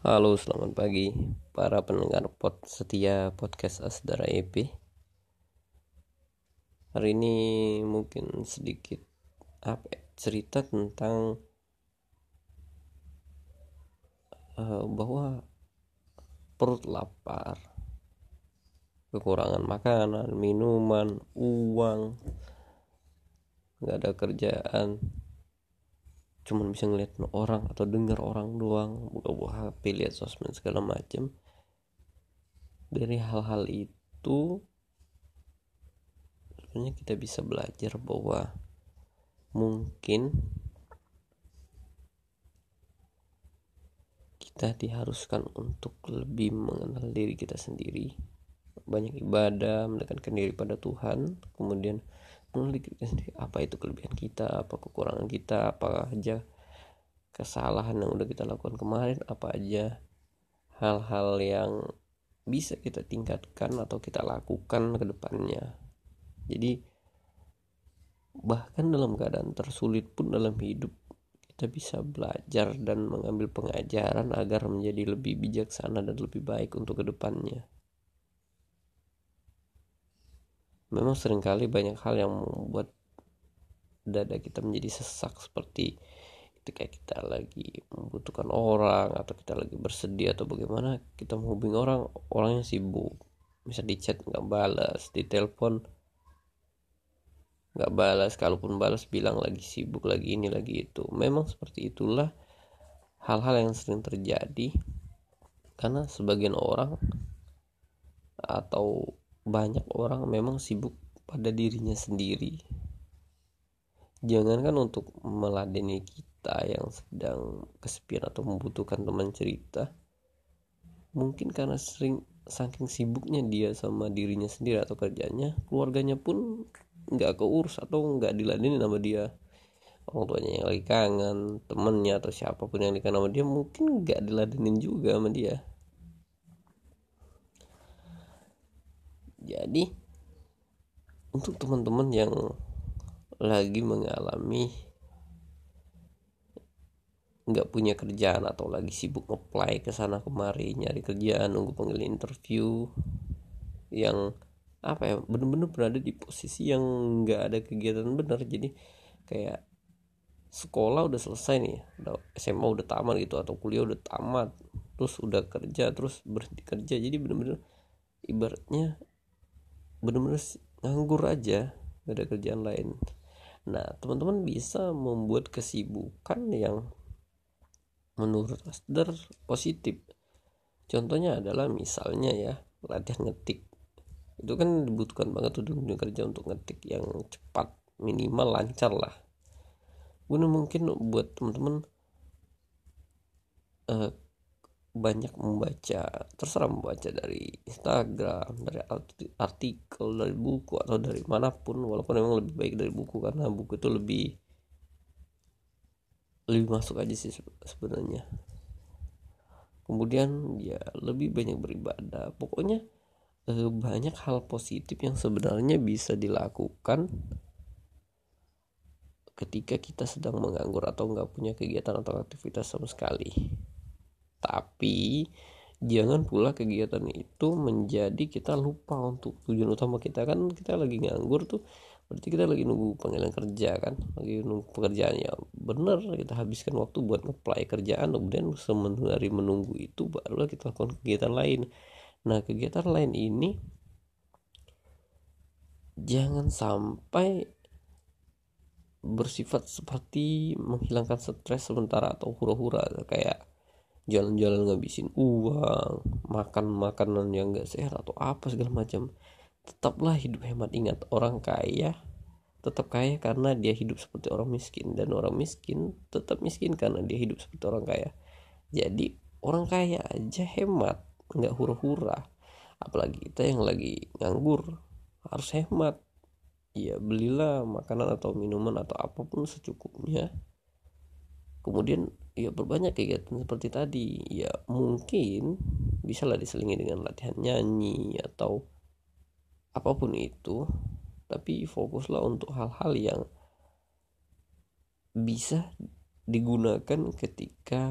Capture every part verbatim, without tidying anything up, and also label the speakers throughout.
Speaker 1: Halo, selamat pagi para pendengar pod setia podcast Asdara E P. Hari ini mungkin sedikit apa ya, cerita tentang uh, bahwa perut lapar, kekurangan makanan, minuman, uang, nggak ada kerjaan, cuman bisa ngeliat orang atau denger orang doang, buka-buka H P, lihat sosmed segala macem. Dari hal-hal itu sebenarnya kita bisa belajar bahwa mungkin kita diharuskan untuk lebih mengenal diri kita sendiri, banyak ibadah, mendekatkan diri pada Tuhan, kemudian mengenal diri kita sendiri, apa itu kelebihan kita, apa kekurangan kita, apa aja kesalahan yang udah kita lakukan kemarin, apa aja hal-hal yang bisa kita tingkatkan atau kita lakukan ke depannya. Jadi bahkan dalam keadaan tersulit pun dalam hidup, kita bisa belajar dan mengambil pengajaran agar menjadi lebih bijaksana dan lebih baik untuk kedepannya. Memang seringkali banyak hal yang membuat dada kita menjadi sesak, seperti ketika kita lagi membutuhkan orang, atau kita lagi bersedih, atau bagaimana kita menghubungi orang, orangnya sibuk, bisa di chat nggak balas, di telepon nggak balas, kalaupun balas bilang lagi sibuk, lagi ini lagi itu. Memang seperti itulah hal-hal yang sering terjadi karena sebagian orang atau banyak orang memang sibuk pada dirinya sendiri. Jangankan untuk meladeni kita yang sedang kesepian atau membutuhkan teman cerita, mungkin karena sering saking sibuknya dia sama dirinya sendiri atau kerjanya, keluarganya pun nggak keurus atau nggak diladenin sama dia. Orang tuanya yang lagi kangen, temennya atau siapapun yang lagi kangen sama dia mungkin nggak diladenin juga sama dia. Jadi untuk teman-teman yang lagi mengalami nggak punya kerjaan atau lagi sibuk apply ke sana kemari nyari kerjaan, nunggu panggil interview, yang apa ya, bener-bener berada di posisi yang nggak ada kegiatan bener. Jadi kayak sekolah udah selesai nih, udah S M A udah tamat gitu, atau kuliah udah tamat, terus udah kerja, terus berhenti kerja. Jadi bener-bener ibaratnya bener-bener nganggur aja, gak ada kerjaan lain. Nah, teman-teman bisa membuat kesibukan yang menurut Asdar positif. Contohnya adalah misalnya ya, latihan ngetik. Itu kan dibutuhkan banget tuh di dunia kerja untuk ngetik yang cepat, minimal lancar lah. Gue mungkin buat teman-teman uh, banyak membaca, terserah membaca dari Instagram, dari artikel, dari buku, atau dari manapun. Walaupun memang lebih baik dari buku karena buku itu lebih lebih masuk aja sih sebenarnya. Kemudian ya lebih banyak beribadah. Pokoknya eh, banyak hal positif yang sebenarnya bisa dilakukan ketika kita sedang menganggur atau nggak punya kegiatan atau aktivitas sama sekali. Tapi jangan pula kegiatan itu menjadi kita lupa untuk tujuan utama kita. Kan kita lagi nganggur tuh berarti kita lagi nunggu panggilan kerja kan, lagi nunggu pekerjaan. Ya bener, kita habiskan waktu buat nge-apply kerjaan, kemudian sembari menunggu itu barulah kita lakukan kegiatan lain. Nah, kegiatan lain ini jangan sampai bersifat seperti menghilangkan stres sementara atau hura-hura, kayak jalan-jalan ngabisin uang, makan makanan yang gak sehat atau apa segala macam. Tetaplah hidup hemat. Ingat, orang kaya tetap kaya karena dia hidup seperti orang miskin, dan orang miskin tetap miskin karena dia hidup seperti orang kaya. Jadi orang kaya aja hemat, nggak hura-hura, apalagi kita yang lagi nganggur harus hemat. Ya belilah makanan atau minuman atau apapun secukupnya, kemudian ya berbanyak kegiatan seperti tadi. Ya mungkin bisa lah diselingi dengan latihan nyanyi atau apapun itu, tapi fokuslah untuk hal-hal yang bisa digunakan ketika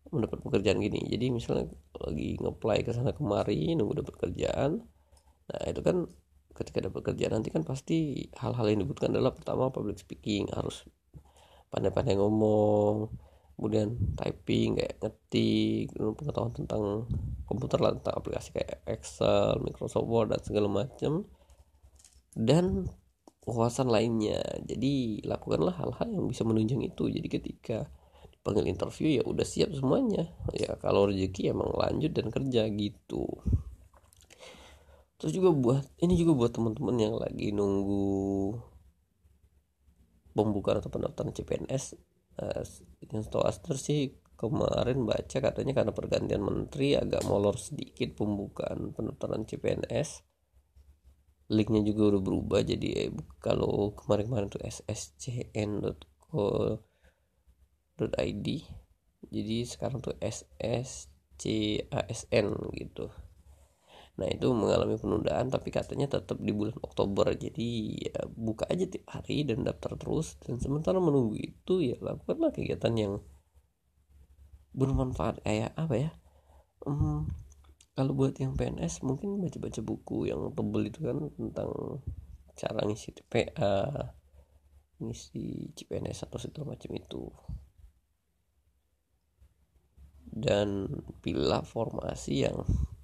Speaker 1: mendapat pekerjaan gini. Jadi misalnya lagi nge-apply ke sana kemari nunggu dapat kerjaan. Nah itu kan ketika dapat kerjaan nanti kan pasti hal-hal yang dibutuhkan adalah pertama public speaking, harus pandai-pandai ngomong, kemudian typing kayak ngetik, pengetahuan tentang komputer lah, tentang aplikasi kayak Excel, Microsoft Word dan segala macam, dan wawasan lainnya. Jadi lakukanlah hal-hal yang bisa menunjang itu. Jadi ketika dipanggil interview ya udah siap semuanya. Ya kalau rezeki emang lanjut dan kerja gitu. Terus juga buat ini juga buat teman-teman yang lagi nunggu pembukaan atau pendaftaran C P N S. Nah, yang setahu Aster sih kemarin baca katanya karena pergantian menteri agak molor sedikit pembukaan pendaftaran C P N S. Linknya juga udah berubah, jadi eh, kalau kemarin-kemarin tuh s s c n dot co dot i d, jadi sekarang tuh s s c a s n gitu. Nah itu mengalami penundaan tapi katanya tetap di bulan Oktober. Jadi ya buka aja tiap hari dan daftar terus, dan sementara menunggu itu ya lakukanlah kegiatan yang bermanfaat. Kayak apa ya, hmm, kalau buat yang P N S mungkin baca-baca buku yang tebel itu kan tentang cara ngisi T P A, ngisi C P N S atau segala macam itu, dan pilih formasi yang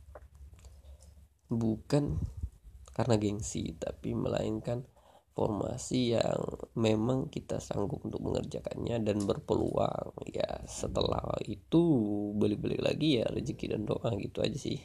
Speaker 1: bukan karena gengsi tapi melainkan formasi yang memang kita sanggup untuk mengerjakannya dan berpeluang. Ya setelah itu balik-balik lagi ya rezeki dan doa, gitu aja sih.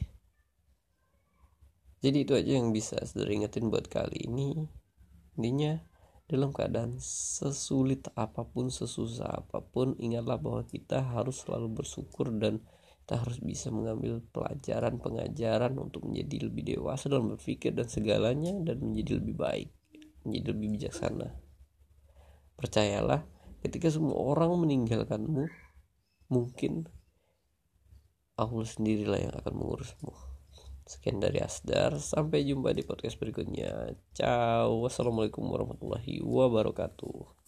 Speaker 1: Jadi itu aja yang bisa saudara ingetin buat kali ini. Intinya dalam keadaan sesulit apapun, sesusah apapun, ingatlah bahwa kita harus selalu bersyukur dan kita harus bisa mengambil pelajaran, pengajaran untuk menjadi lebih dewasa dalam berpikir dan segalanya, dan menjadi lebih baik, menjadi lebih bijaksana. Percayalah, ketika semua orang meninggalkanmu, mungkin Allah sendirilah yang akan mengurusmu. Sekian dari Asdar, sampai jumpa di podcast berikutnya. Ciao, wassalamualaikum warahmatullahi wabarakatuh.